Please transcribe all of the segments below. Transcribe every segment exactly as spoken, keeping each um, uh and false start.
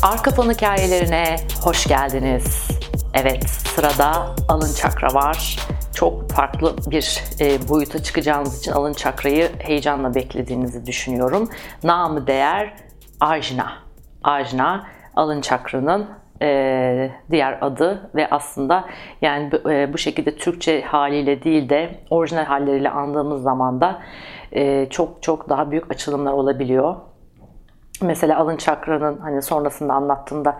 Arka Fon hikayelerine hoş geldiniz. Evet, sırada alın çakra var. Çok farklı bir e, boyuta çıkacağınız için alın çakrayı heyecanla beklediğinizi düşünüyorum. Namı değer Ajna. Ajna, alın çakranın e, diğer adı ve aslında yani e, bu şekilde Türkçe haliyle değil de orijinal halleriyle andığımız zaman da e, çok çok daha büyük açılımlar olabiliyor. Mesela alın çakranın hani sonrasında anlattığımda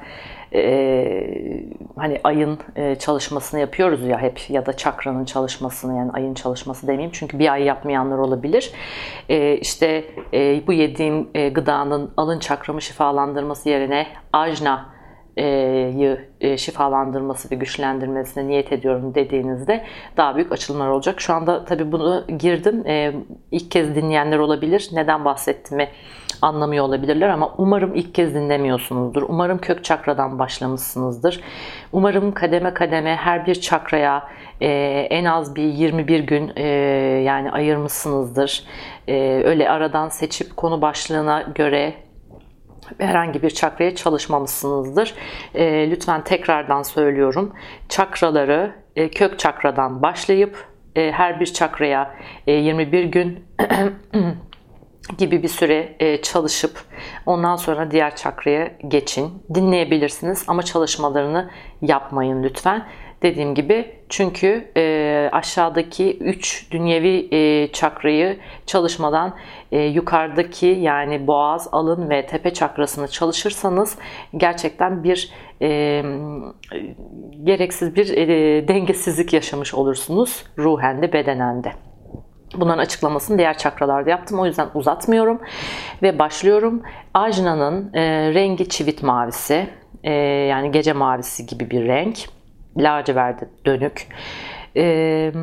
e, hani ayın e, çalışmasını yapıyoruz ya hep, ya da çakranın çalışmasını, yani ayın çalışması demeyeyim çünkü bir ay yapmayanlar olabilir. E, işte e, bu yediğim e, gıdanın alın çakramı şifalandırması yerine Ajna Y'ı şifalandırması ve güçlendirmesine niyet ediyorum dediğinizde daha büyük açılımlar olacak. Şu anda tabii bunu girdim. İlk kez dinleyenler olabilir. Neden bahsettiğimi anlamıyor olabilirler ama umarım ilk kez dinlemiyorsunuzdur. Umarım kök çakradan başlamışsınızdır. Umarım kademe kademe her bir çakraya en az bir yirmi bir gün yani ayırmışsınızdır. Öyle aradan seçip konu başlığına göre herhangi bir çakraya çalışmamışsınızdır. E, lütfen tekrardan söylüyorum. Çakraları e, kök çakradan başlayıp e, her bir çakraya e, yirmi bir gün gibi bir süre e, çalışıp ondan sonra diğer çakraya geçin. Dinleyebilirsiniz ama çalışmalarını yapmayın lütfen. Dediğim gibi çünkü e, aşağıdaki üç dünyevi e, çakrayı çalışmadan e, yukarıdaki yani boğaz, alın ve tepe çakrasını çalışırsanız gerçekten bir e, gereksiz bir e, dengesizlik yaşamış olursunuz ruhen de bedenen de. Bunların açıklamasını diğer çakralarda yaptım. O yüzden uzatmıyorum ve başlıyorum. Ajna'nın e, rengi çivit mavisi, e, yani gece mavisi gibi bir renk. Laciverde dönük. E,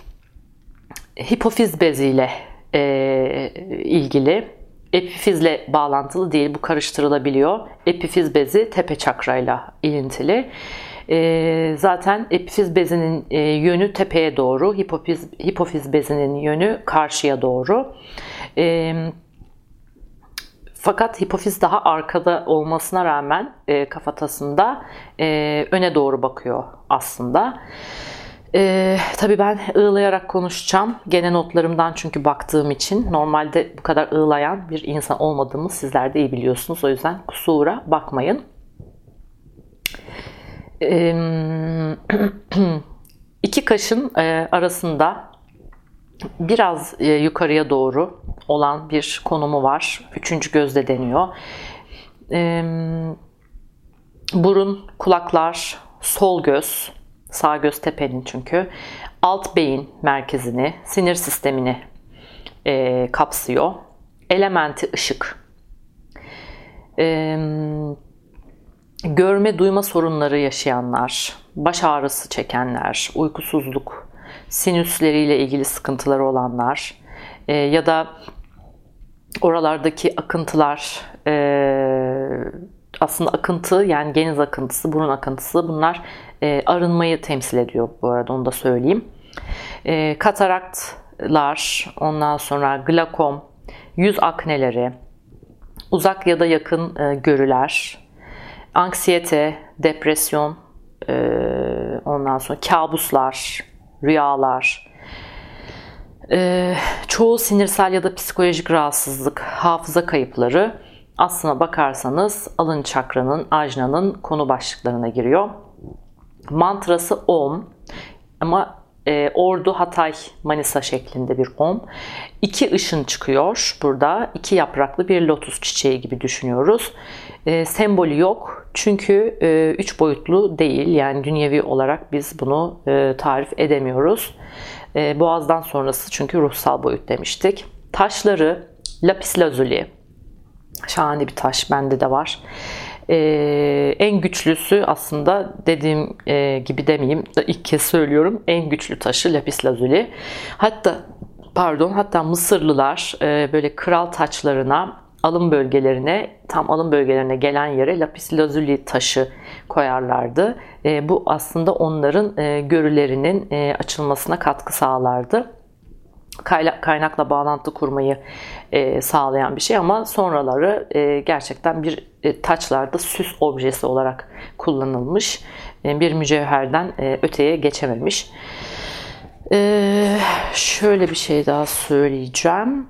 hipofiz beziyle e, ilgili. Epifizle bağlantılı değil. Bu karıştırılabiliyor. Epifiz bezi tepe çakrayla ilintili. E, zaten epifiz bezinin e, yönü tepeye doğru. Hipofiz, hipofiz bezinin yönü karşıya doğru. E, Fakat hipofiz daha arkada olmasına rağmen e, kafatasında e, öne doğru bakıyor aslında. E, tabii ben ığlayarak konuşacağım. Gene notlarımdan çünkü baktığım için. Normalde bu kadar ığlayan bir insan olmadığımı sizler de iyi biliyorsunuz. O yüzden kusura bakmayın. E, iki kaşın e, arasında biraz e, yukarıya doğru olan bir konumu var. Üçüncü gözde deniyor. E, burun, kulaklar, sol göz, sağ göz tepenin çünkü, alt beyin merkezini, sinir sistemini e, kapsıyor. Elementi ışık. E, görme, duyma sorunları yaşayanlar, baş ağrısı çekenler, uykusuzluk, sinüsleriyle ilgili sıkıntıları olanlar e, ya da oralardaki akıntılar, e, aslında akıntı yani geniz akıntısı, burun akıntısı, bunlar e, arınmayı temsil ediyor bu arada, onu da söyleyeyim. E, kataraktlar, ondan sonra glakom, yüz akneleri, uzak ya da yakın e, görüler, anksiyete, depresyon, e, ondan sonra kabuslar, rüyalar, ee, çoğu sinirsel ya da psikolojik rahatsızlık, hafıza kayıpları aslına bakarsanız alın çakranın, ajnanın konu başlıklarına giriyor. Mantrası Om ama e, Ordu, Hatay, Manisa şeklinde bir Om. İki ışın çıkıyor burada. İki yapraklı bir lotus çiçeği gibi düşünüyoruz. E, sembolü yok çünkü e, üç boyutlu değil, yani dünyevi olarak biz bunu e, tarif edemiyoruz. E, boğazdan sonrası çünkü ruhsal boyut demiştik. Taşları lapis lazuli. Şahane bir taş, bende de var. E, en güçlüsü aslında dediğim e, gibi demeyeyim, ilk kez söylüyorum, en güçlü taşı lapis lazuli. Hatta pardon hatta Mısırlılar e, böyle kral taçlarına, alın bölgelerine, tam alın bölgelerine gelen yere lapis lazuli taşı koyarlardı. E, bu aslında onların e, görülerinin e, açılmasına katkı sağlardı. kaynakla bağlantı kurmayı e, sağlayan bir şey ama sonraları e, gerçekten bir e, taçlarda süs objesi olarak kullanılmış. E, bir mücevherden e, öteye geçememiş. E, şöyle bir şey daha söyleyeceğim.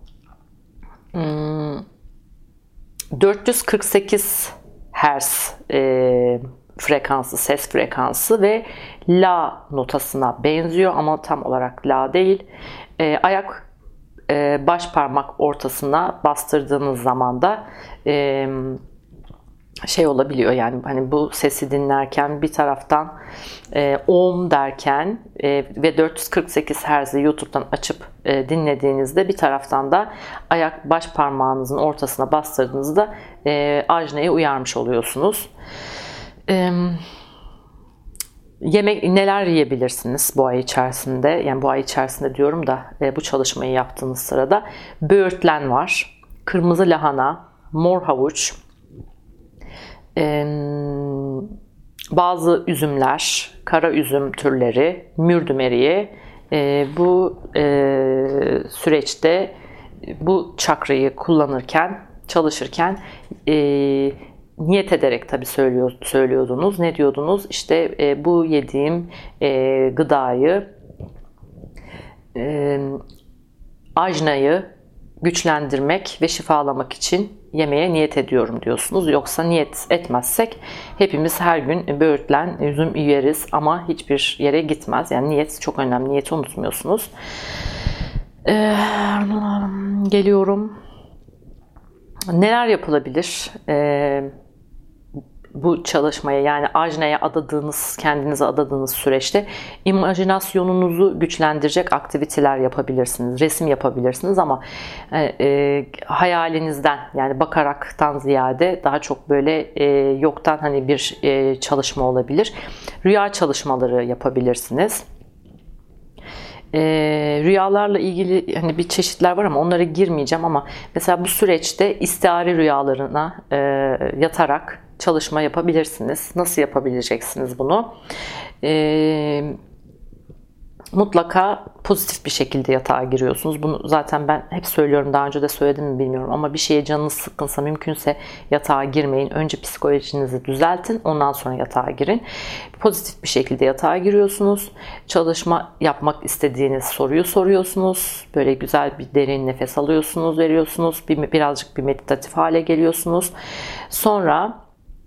Hmm, dört yüz kırk sekiz hertz e, frekansı, ses frekansı ve la notasına benziyor ama tam olarak la değil. E, ayak e, baş parmak ortasına bastırdığınız zaman da e, şey olabiliyor, yani hani bu sesi dinlerken bir taraftan e, om derken e, ve dört yüz kırk sekiz hertz'i YouTube'dan açıp e, dinlediğinizde bir taraftan da ayak baş parmağınızın ortasına bastırdığınızda e, ajnayı uyarmış oluyorsunuz. E, yemek neler yiyebilirsiniz bu ay içerisinde? Yani bu ay içerisinde diyorum da e, bu çalışmayı yaptığınız sırada böğürtlen var, kırmızı lahana, mor havuç, Ee, bazı üzümler, kara üzüm türleri, mürdüm eriği e, bu e, süreçte bu çakrayı kullanırken, çalışırken e, niyet ederek tabii söylüyor, söylüyordunuz. Ne diyordunuz? İşte e, bu yediğim e, gıdayı, e, ajnayı güçlendirmek ve şifalamak için yemeye niyet ediyorum diyorsunuz. Yoksa niyet etmezsek hepimiz her gün böğürtlen, üzüm yeriz ama hiçbir yere gitmez. Yani niyet çok önemli. Niyeti unutmuyorsunuz. Ee, geliyorum. Neler yapılabilir? Ee, bu çalışmaya, yani ajnaya adadığınız, kendinize adadığınız süreçte imajinasyonunuzu güçlendirecek aktiviteler yapabilirsiniz. Resim yapabilirsiniz ama e, e, hayalinizden, yani bakaraktan ziyade daha çok böyle e, yoktan hani bir e, çalışma olabilir. Rüya çalışmaları yapabilirsiniz. E, rüyalarla ilgili hani bir çeşitler var ama onlara girmeyeceğim, ama mesela bu süreçte istihare rüyalarına e, yatarak çalışma yapabilirsiniz. Nasıl yapabileceksiniz bunu? Ee, mutlaka pozitif bir şekilde yatağa giriyorsunuz. Bunu zaten ben hep söylüyorum. Daha önce de söyledim mi bilmiyorum. Ama bir şeye canınız sıkkınsa mümkünse yatağa girmeyin. Önce psikolojinizi düzeltin. Ondan sonra yatağa girin. Pozitif bir şekilde yatağa giriyorsunuz. Çalışma yapmak istediğiniz soruyu soruyorsunuz. Böyle güzel bir derin nefes alıyorsunuz, veriyorsunuz. Bir, birazcık bir meditatif hale geliyorsunuz. Sonra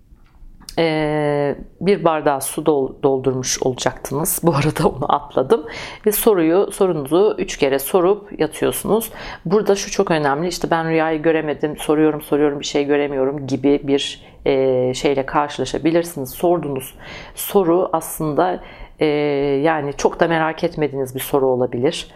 bir bardağı su doldurmuş olacaktınız. Bu arada onu atladım. Ve soruyu, sorunuzu üç kere sorup yatıyorsunuz. Burada şu çok önemli. İşte ben rüyayı göremedim, soruyorum soruyorum bir şey göremiyorum gibi bir şeyle karşılaşabilirsiniz. Sorduğunuz soru aslında yani çok da merak etmediğiniz bir soru olabilir.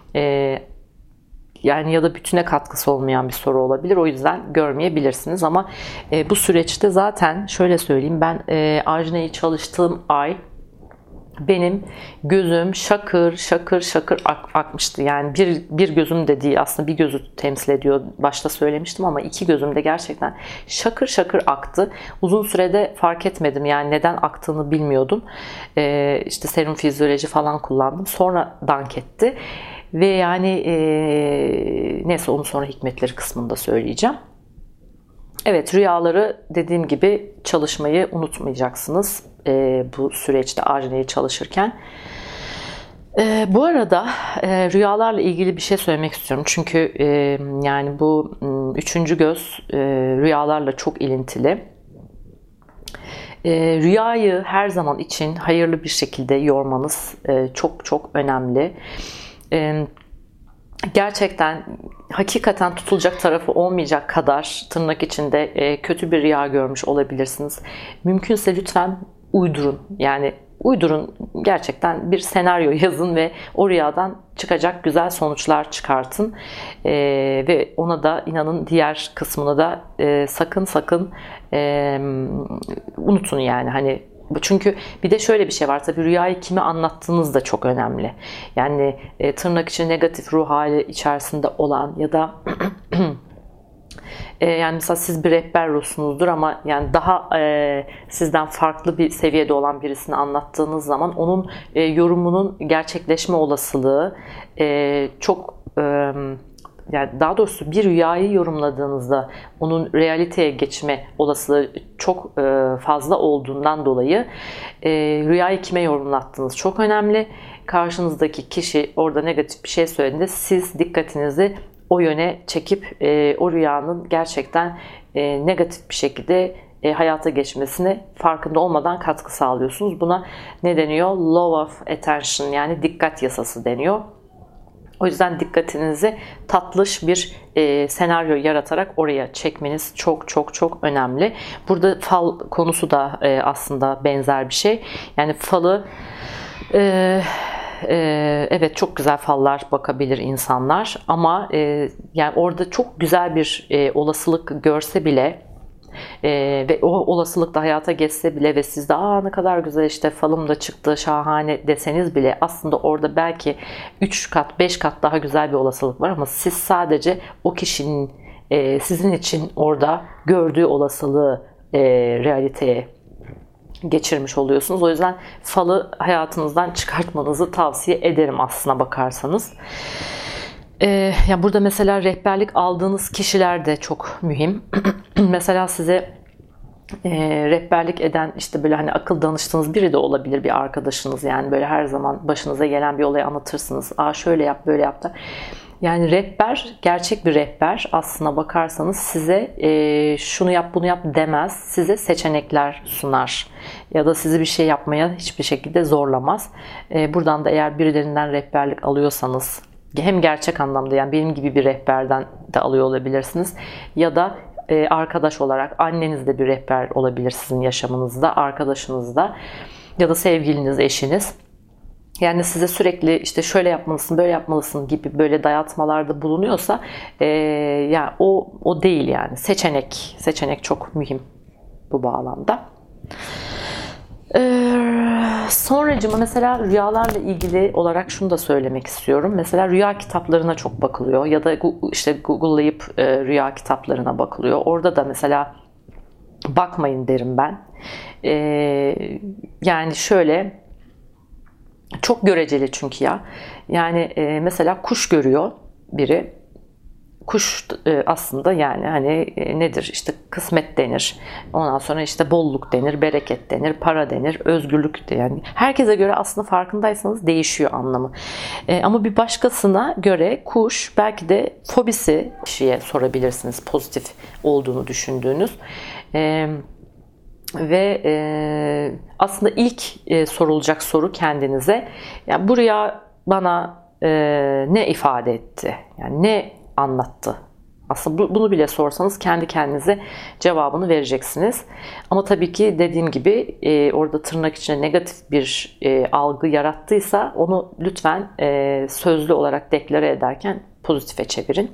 Yani ya da bütüne katkısı olmayan bir soru olabilir. O yüzden görmeyebilirsiniz ama e, bu süreçte zaten şöyle söyleyeyim, ben e, ajnayı çalıştığım ay benim gözüm şakır şakır şakır ak- akmıştı. Yani bir, bir gözüm de değil, aslında bir gözü temsil ediyor. Başta söylemiştim ama iki gözüm de gerçekten şakır şakır aktı. Uzun sürede fark etmedim. Yani neden aktığını bilmiyordum. E, işte serum fizyoloji falan kullandım. Sonra dank etti. Ve yani e, neyse onu sonra hikmetleri kısmında söyleyeceğim. Evet, rüyaları dediğim gibi çalışmayı unutmayacaksınız e, bu süreçte ajnayı çalışırken. E, bu arada e, rüyalarla ilgili bir şey söylemek istiyorum. Çünkü e, yani bu üçüncü göz e, rüyalarla çok ilintili. E, rüyayı her zaman için hayırlı bir şekilde yormanız e, çok çok önemli. Gerçekten hakikaten tutulacak tarafı olmayacak kadar tırnak içinde kötü bir rüya görmüş olabilirsiniz. Mümkünse lütfen uydurun. Yani uydurun, gerçekten bir senaryo yazın ve o rüyadan çıkacak güzel sonuçlar çıkartın. Ee, ve ona da inanın diğer kısmını da e, sakın sakın e, unutun yani hani. Çünkü bir de şöyle bir şey var, tabii rüyayı kime anlattığınız da çok önemli. Yani e, tırnak içi negatif ruh hali içerisinde olan ya da E, yani mesela siz bir rehber ruhsunuzdur ama yani daha e, sizden farklı bir seviyede olan birisini anlattığınız zaman onun e, yorumunun gerçekleşme olasılığı e, çok e, yani daha doğrusu bir rüyayı yorumladığınızda onun realiteye geçme olasılığı çok fazla olduğundan dolayı rüyayı kime yorumlattığınız çok önemli. Karşınızdaki kişi orada negatif bir şey söylediğinde siz dikkatinizi o yöne çekip o rüyanın gerçekten negatif bir şekilde hayata geçmesine farkında olmadan katkı sağlıyorsunuz. Buna ne deniyor? Law of attention, yani dikkat yasası deniyor. O yüzden dikkatinizi tatlış bir e, senaryo yaratarak oraya çekmeniz çok çok çok önemli. Burada fal konusu da e, aslında benzer bir şey. Yani falı e, e, evet çok güzel fallar bakabilir insanlar ama e, yani orada çok güzel bir e, olasılık görse bile Ee, ve o olasılık da hayata geçse bile ve siz de aa ne kadar güzel işte falım da çıktı şahane deseniz bile aslında orada belki üç kat beş kat daha güzel bir olasılık var ama siz sadece o kişinin e, sizin için orada gördüğü olasılığı e, realiteye geçirmiş oluyorsunuz. O yüzden falı hayatınızdan çıkartmanızı tavsiye ederim aslına bakarsanız. Ee, ya burada mesela rehberlik aldığınız kişiler de çok mühim. Mesela size e, rehberlik eden işte böyle hani akıl danıştığınız biri de olabilir, bir arkadaşınız, yani böyle her zaman başınıza gelen bir olayı anlatırsınız. Aa şöyle yap, böyle yap da. Yani rehber, gerçek bir rehber aslına bakarsanız size e, şunu yap bunu yap demez. Size seçenekler sunar. Ya da sizi bir şey yapmaya hiçbir şekilde zorlamaz. E, buradan da eğer birilerinden rehberlik alıyorsanız, hem gerçek anlamda yani benim gibi bir rehberden de alıyor olabilirsiniz. Ya da e, arkadaş olarak anneniz de bir rehber olabilir sizin yaşamınızda, arkadaşınız da ya da sevgiliniz, eşiniz. Yani size sürekli işte şöyle yapmalısın, böyle yapmalısın gibi böyle dayatmalarda bulunuyorsa e, yani o o değil yani. Seçenek, seçenek çok mühim bu bağlamda. Ee, sonracığıma mesela rüyalarla ilgili olarak şunu da söylemek istiyorum. Mesela rüya kitaplarına çok bakılıyor ya da işte Google'layıp e, rüya kitaplarına bakılıyor. Orada da mesela bakmayın derim ben. Ee, yani şöyle çok göreceli çünkü ya. Yani e, mesela kuş görüyor biri. Kuş aslında yani hani nedir işte kısmet denir, ondan sonra işte bolluk denir, bereket denir, para denir, özgürlük de, yani herkese göre aslında farkındaysanız değişiyor anlamı. E, ama bir başkasına göre kuş belki de fobisi, kişiye sorabilirsiniz pozitif olduğunu düşündüğünüz. E, ve e, aslında ilk e, sorulacak soru kendinize, yani bu rüya bana e, ne ifade etti? Yani ne anlattı? Aslında bunu bile sorsanız kendi kendinize cevabını vereceksiniz. Ama tabii ki dediğim gibi e, orada tırnak içinde negatif bir e, algı yarattıysa onu lütfen e, sözlü olarak deklare ederken pozitife çevirin.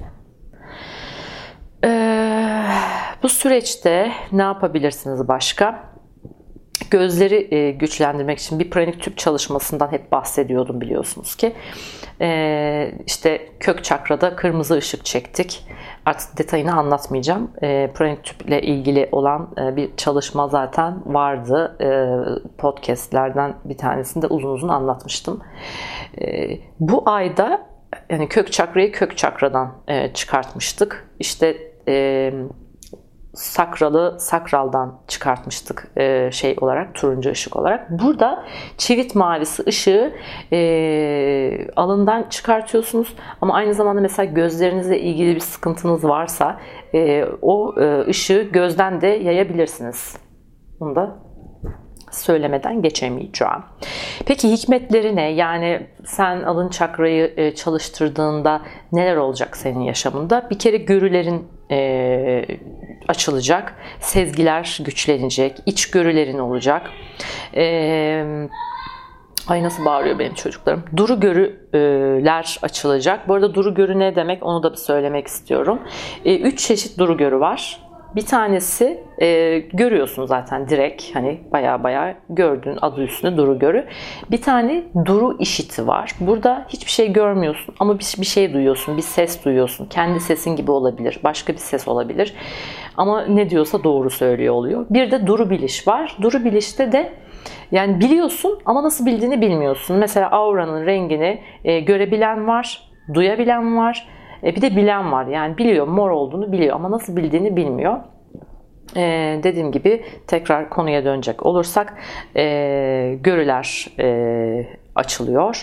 E, bu süreçte ne yapabilirsiniz başka? Gözleri e, güçlendirmek için bir pranik tüp çalışmasından hep bahsediyordum biliyorsunuz ki. E, işte kök çakrada kırmızı ışık çektik. Artık detayını anlatmayacağım. E, pranik tüple ilgili olan e, bir çalışma zaten vardı. E, podcastlerden bir tanesinde uzun uzun anlatmıştım. E, bu ayda yani kök çakrayı kök çakradan e, çıkartmıştık. İşte e, sakralı sakraldan çıkartmıştık e, şey olarak, turuncu ışık olarak. Burada çivit mavisi ışığı e, alından çıkartıyorsunuz ama aynı zamanda mesela gözlerinizle ilgili bir sıkıntınız varsa e, o e, ışığı gözden de yayabilirsiniz. Bunu da söylemeden geçemeyeceğim. Peki hikmetleri ne? Yani sen alın çakrayı çalıştırdığında neler olacak senin yaşamında? Bir kere görülerin e, açılacak, sezgiler güçlenecek, içgörülerin olacak. E, ay nasıl bağırıyor benim çocuklarım. Duru görüler açılacak. Bu arada duru görü ne demek onu da bir söylemek istiyorum. E, üç çeşit duru görü var. Bir tanesi e, görüyorsun zaten direkt, hani baya baya gördüğün, adı üstünde Duru Görü. Bir tane Duru işiti var. Burada hiçbir şey görmüyorsun ama bir, bir şey duyuyorsun, bir ses duyuyorsun. Kendi sesin gibi olabilir, başka bir ses olabilir. Ama ne diyorsa doğru söylüyor oluyor. Bir de Duru Biliş var. Duru Biliş'te de yani biliyorsun ama nasıl bildiğini bilmiyorsun. Mesela auranın rengini e, görebilen var, duyabilen var. E, bir de bilen var. Yani biliyor, mor olduğunu biliyor ama nasıl bildiğini bilmiyor. Ee, dediğim gibi tekrar konuya dönecek olursak e, görüler e, açılıyor.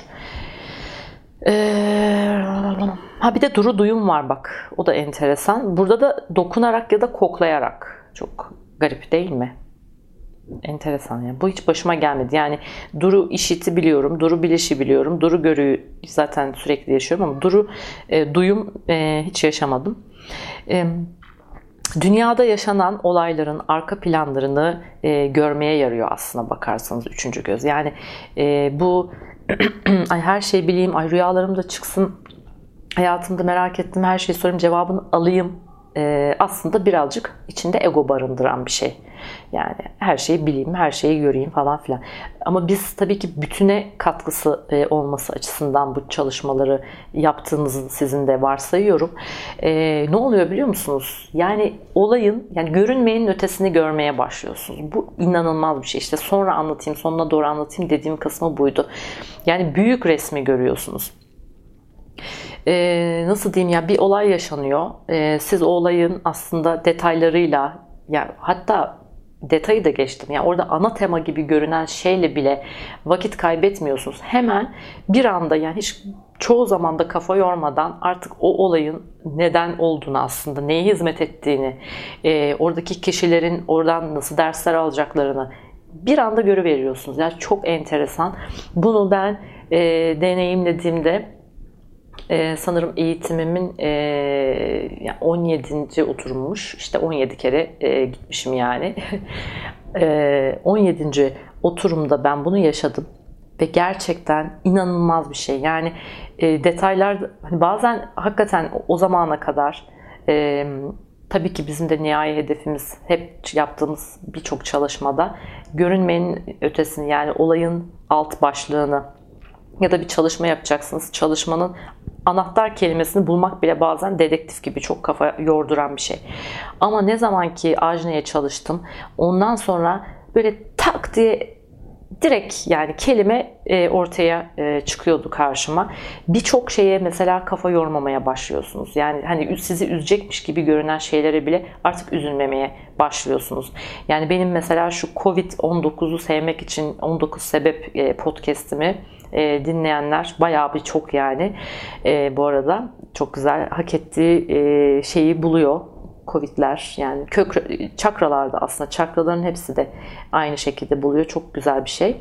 Ee, ha bir de duru duyum var bak. O da enteresan. Burada da dokunarak ya da koklayarak. Çok garip değil mi? Enteresan yani. Bu hiç başıma gelmedi. Yani Duru işiti biliyorum, Duru bilişi biliyorum, Duru görüyü zaten sürekli yaşıyorum ama Duru e, duyum e, hiç yaşamadım. E, dünyada yaşanan olayların arka planlarını e, görmeye yarıyor aslına bakarsanız üçüncü göz. Yani e, bu ay her şeyi bileyim, ay rüyalarım da çıksın, hayatımda merak ettim, her şeyi sorayım, cevabını alayım. E, aslında birazcık içinde ego barındıran bir şey. Yani her şeyi bileyim, her şeyi göreyim falan filan. Ama biz tabii ki bütüne katkısı e, olması açısından bu çalışmaları yaptığınızı sizin de varsayıyorum. E, ne oluyor biliyor musunuz? Yani olayın, yani görünmeyenin ötesini görmeye başlıyorsunuz. Bu inanılmaz bir şey. İşte sonra anlatayım, sonuna doğru anlatayım dediğim kısmı buydu. Yani büyük resmi görüyorsunuz. Ee, nasıl diyeyim ya, bir olay yaşanıyor. Ee, siz o olayın aslında detaylarıyla, ya hatta detayı da geçtim. Yani orada ana tema gibi görünen şeyle bile vakit kaybetmiyorsunuz. Hemen bir anda, yani hiç çoğu zaman da kafa yormadan artık o olayın neden olduğunu, aslında neye hizmet ettiğini, e, oradaki kişilerin oradan nasıl dersler alacaklarını bir anda görüveriyorsunuz. Yani çok enteresan. Bunu ben e, deneyimlediğimde Ee, sanırım eğitimimin e, on yedinci oturummuş. İşte on yedi kere e, gitmişim yani. e, on yedinci oturumda ben bunu yaşadım. Ve gerçekten inanılmaz bir şey. Yani e, detaylar, hani bazen hakikaten o zamana kadar e, tabii ki bizim de nihai hedefimiz, hep yaptığımız birçok çalışmada görünmenin ötesini, yani olayın alt başlığını ya da bir çalışma yapacaksınız. Çalışmanın anahtar kelimesini bulmak bile bazen dedektif gibi çok kafa yorduran bir şey. Ama ne zaman ki Ajna'ya çalıştım, ondan sonra böyle tak diye direkt yani kelime e, ortaya e, çıkıyordu karşıma. Birçok şeye mesela kafa yormamaya başlıyorsunuz. Yani hani sizi üzecekmiş gibi görünen şeylere bile artık üzülmemeye başlıyorsunuz. Yani benim mesela şu kovid on dokuzu sevmek için on dokuz sebep e, podcast'imi e, dinleyenler bayağı bir çok yani. E, bu arada çok güzel, hak ettiği e, şeyi buluyor. Covid'ler, yani kök çakralarda, aslında çakraların hepsi de aynı şekilde buluyor. Çok güzel bir şey.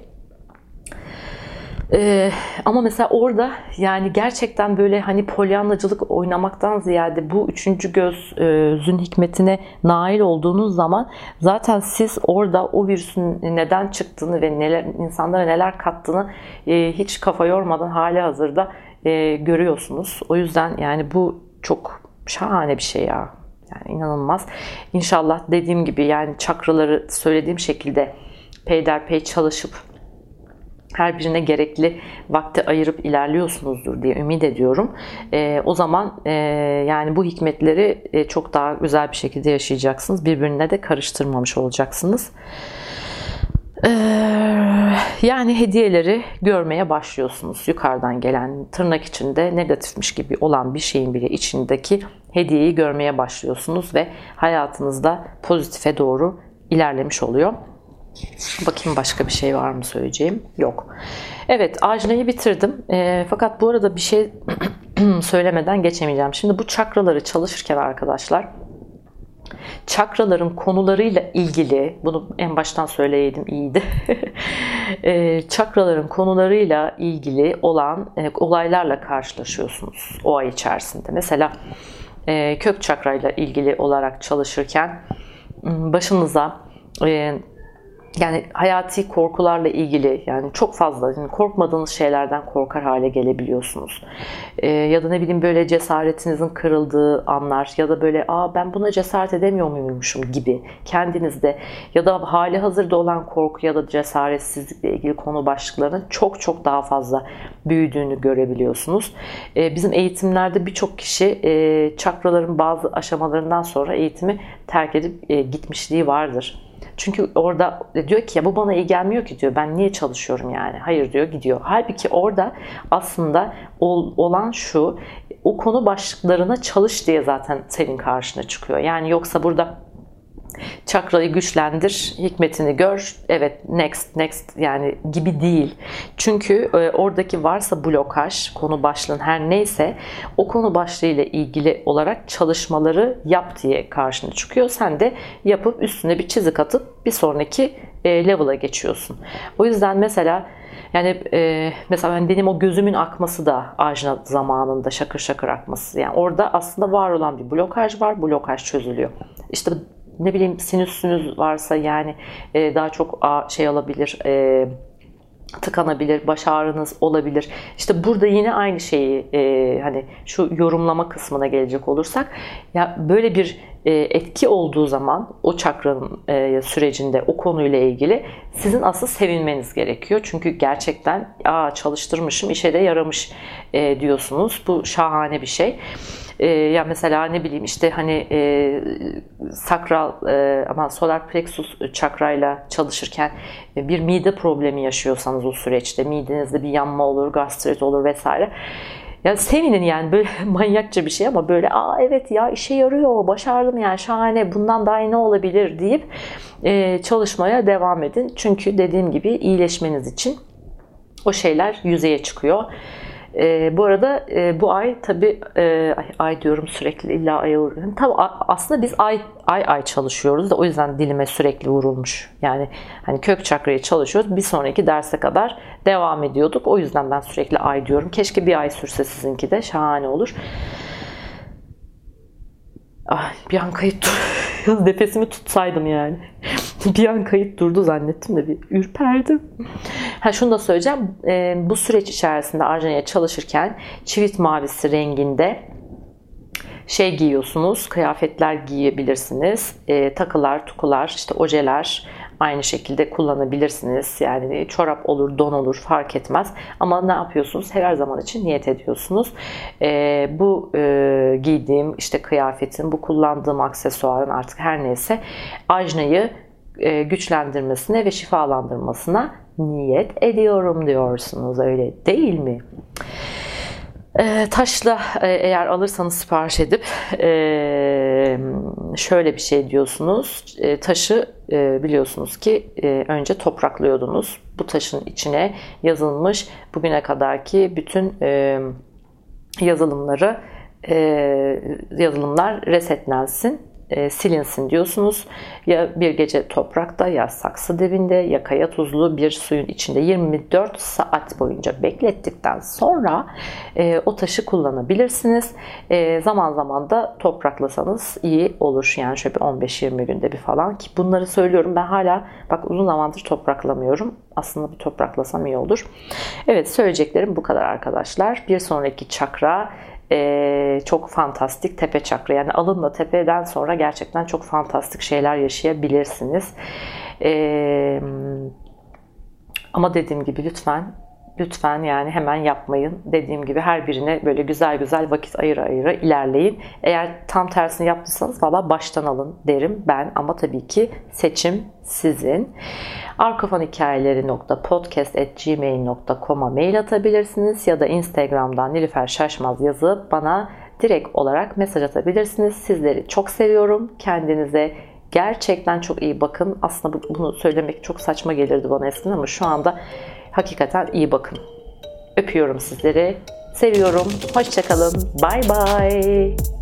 Ee, ama mesela orada yani gerçekten böyle hani polyanlacılık oynamaktan ziyade bu üçüncü gözün hikmetine nail olduğunuz zaman zaten siz orada o virüsün neden çıktığını ve neler, insanlara neler kattığını e, hiç kafa yormadan hali hazırda e, görüyorsunuz. O yüzden yani bu çok şahane bir şey ya. Yani inanılmaz. İnşallah dediğim gibi yani çakraları söylediğim şekilde peyderpey çalışıp her birine gerekli vakti ayırıp ilerliyorsunuzdur diye ümit ediyorum. E, o zaman e, yani bu hikmetleri e, çok daha güzel bir şekilde yaşayacaksınız. Birbirine de karıştırmamış olacaksınız. E, yani hediyeleri görmeye başlıyorsunuz. Yukarıdan gelen, tırnak içinde negatifmiş gibi olan bir şeyin bile içindeki hediyeyi görmeye başlıyorsunuz ve hayatınızda pozitife doğru ilerlemiş oluyor. Bakayım başka bir şey var mı söyleyeceğim? Yok. Evet, Ajna'yı bitirdim. E, fakat bu arada bir şey söylemeden geçemeyeceğim. Şimdi bu çakraları çalışırken arkadaşlar, çakraların konularıyla ilgili, bunu en baştan söyleyeydim iyiydi. e, çakraların konularıyla ilgili olan e, olaylarla karşılaşıyorsunuz o ay içerisinde. Mesela e, kök çakrayla ilgili olarak çalışırken başınıza e, Yani hayati korkularla ilgili, yani çok fazla yani korkmadığınız şeylerden korkar hale gelebiliyorsunuz. Ee, ya da ne bileyim böyle cesaretinizin kırıldığı anlar ya da böyle aa ben buna cesaret edemiyor muymuşum gibi kendinizde ya da hali hazırda olan korku ya da cesaretsizlikle ilgili konu başlıklarının çok çok daha fazla büyüdüğünü görebiliyorsunuz. Ee, bizim eğitimlerde birçok kişi e, çakraların bazı aşamalarından sonra eğitimi terk edip e, gitmişliği vardır. Çünkü orada diyor ki ya bu bana iyi gelmiyor ki diyor. Ben niye çalışıyorum yani? Hayır diyor, gidiyor. Halbuki orada aslında ol, olan şu, o konu başlıklarına çalış diye zaten senin karşına çıkıyor. Yani yoksa burada çakrayı güçlendir, hikmetini gör, evet next next yani gibi değil. Çünkü e, oradaki varsa blokaj, konu başlığın her neyse o konu başlığıyla ilgili olarak çalışmaları yap diye karşına çıkıyor. Sen de yapıp üstüne bir çizik atıp bir sonraki e, level'a geçiyorsun. O yüzden mesela yani e, mesela ben benim o gözümün akması da ajna zamanında şakır şakır akması. Yani orada aslında var olan bir blokaj var, blokaj çözülüyor. İşte ne bileyim sinüsünüz varsa yani e, daha çok şey olabilir, e, tıkanabilir, baş ağrınız olabilir. İşte burada yine aynı şeyi e, hani şu yorumlama kısmına gelecek olursak ya böyle bir e, etki olduğu zaman o çakranın e, sürecinde o konuyla ilgili sizin asıl sevinmeniz gerekiyor. Çünkü gerçekten aa çalıştırmışım, işe de yaramış e, diyorsunuz. Bu şahane bir şey. Ee, ya mesela ne bileyim işte hani e, sakral e, ama solar plexus çakrayla çalışırken e, bir mide problemi yaşıyorsanız o süreçte midenizde bir yanma olur, gastrit olur vesaire. Ya sevinin yani böyle manyakça bir şey ama böyle aa evet ya işe yarıyor, başardım yani şahane, bundan daha iyi ne olabilir deyip e, çalışmaya devam edin. Çünkü dediğim gibi iyileşmeniz için o şeyler yüzeye çıkıyor. E, bu arada e, bu ay tabii e, ay, ay diyorum sürekli illa aya vuruyorum. Tabii aslında biz ay ay ay çalışıyoruz da o yüzden dilime sürekli vurulmuş. Yani hani kök çakrayı çalışıyoruz. Bir sonraki derse kadar devam ediyorduk. O yüzden ben sürekli ay diyorum. Keşke bir ay sürse sizinki de şahane olur. Ay, bir an kayıt dur. Nefesimi tutsaydım yani. Bir an kayıt durdu zannettim de bir ürperdim. Ha şunu da söyleyeceğim. E, bu süreç içerisinde ajnaya çalışırken çivit mavisi renginde şey giyiyorsunuz. Kıyafetler giyebilirsiniz. E, takılar, tukular, işte ojeler aynı şekilde kullanabilirsiniz. Yani çorap olur, don olur fark etmez. Ama ne yapıyorsunuz? Her zaman için niyet ediyorsunuz. E, bu e, giydiğim işte kıyafetin, bu kullandığım aksesuarın artık her neyse ajnayı e, güçlendirmesine ve şifalandırmasına niyet ediyorum diyorsunuz. Öyle değil mi? E, taşla e, eğer alırsanız sipariş edip e, şöyle bir şey diyorsunuz. E, taşı e, biliyorsunuz ki e, önce topraklıyordunuz. Bu taşın içine yazılmış bugüne kadarki bütün e, yazılımları e, yazılımlar resetlensin, e, silinsin diyorsunuz. Ya bir gece toprakta, ya saksı dibinde, ya kaya tuzlu bir suyun içinde yirmi dört saat boyunca beklettikten sonra e, o taşı kullanabilirsiniz. E, zaman zaman da topraklasanız iyi olur. Yani şöyle bir on beş yirmi günde bir falan, ki bunları söylüyorum. Ben hala bak uzun zamandır topraklamıyorum. Aslında bir topraklasam iyi olur. Evet, söyleyeceklerim bu kadar arkadaşlar. Bir sonraki çakra Ee, çok fantastik, tepe çakra. Yani alınla tepeden sonra gerçekten çok fantastik şeyler yaşayabilirsiniz. Ee, ama dediğim gibi lütfen lütfen yani hemen yapmayın. Dediğim gibi her birine böyle güzel güzel vakit ayıra ayıra ilerleyin. Eğer tam tersini yaptıysanız valla baştan alın derim ben, ama tabii ki seçim sizin. arkafonhikayeleri nokta podcast at gmail nokta com'a mail atabilirsiniz ya da Instagram'dan Nilüfer Şaşmaz yazıp bana direkt olarak mesaj atabilirsiniz. Sizleri çok seviyorum. Kendinize gerçekten çok iyi bakın. Aslında bunu söylemek çok saçma gelirdi bana eskiden ama şu anda hakikaten iyi bakın. Öpüyorum sizleri. Seviyorum. Hoşça kalın. Bye bye.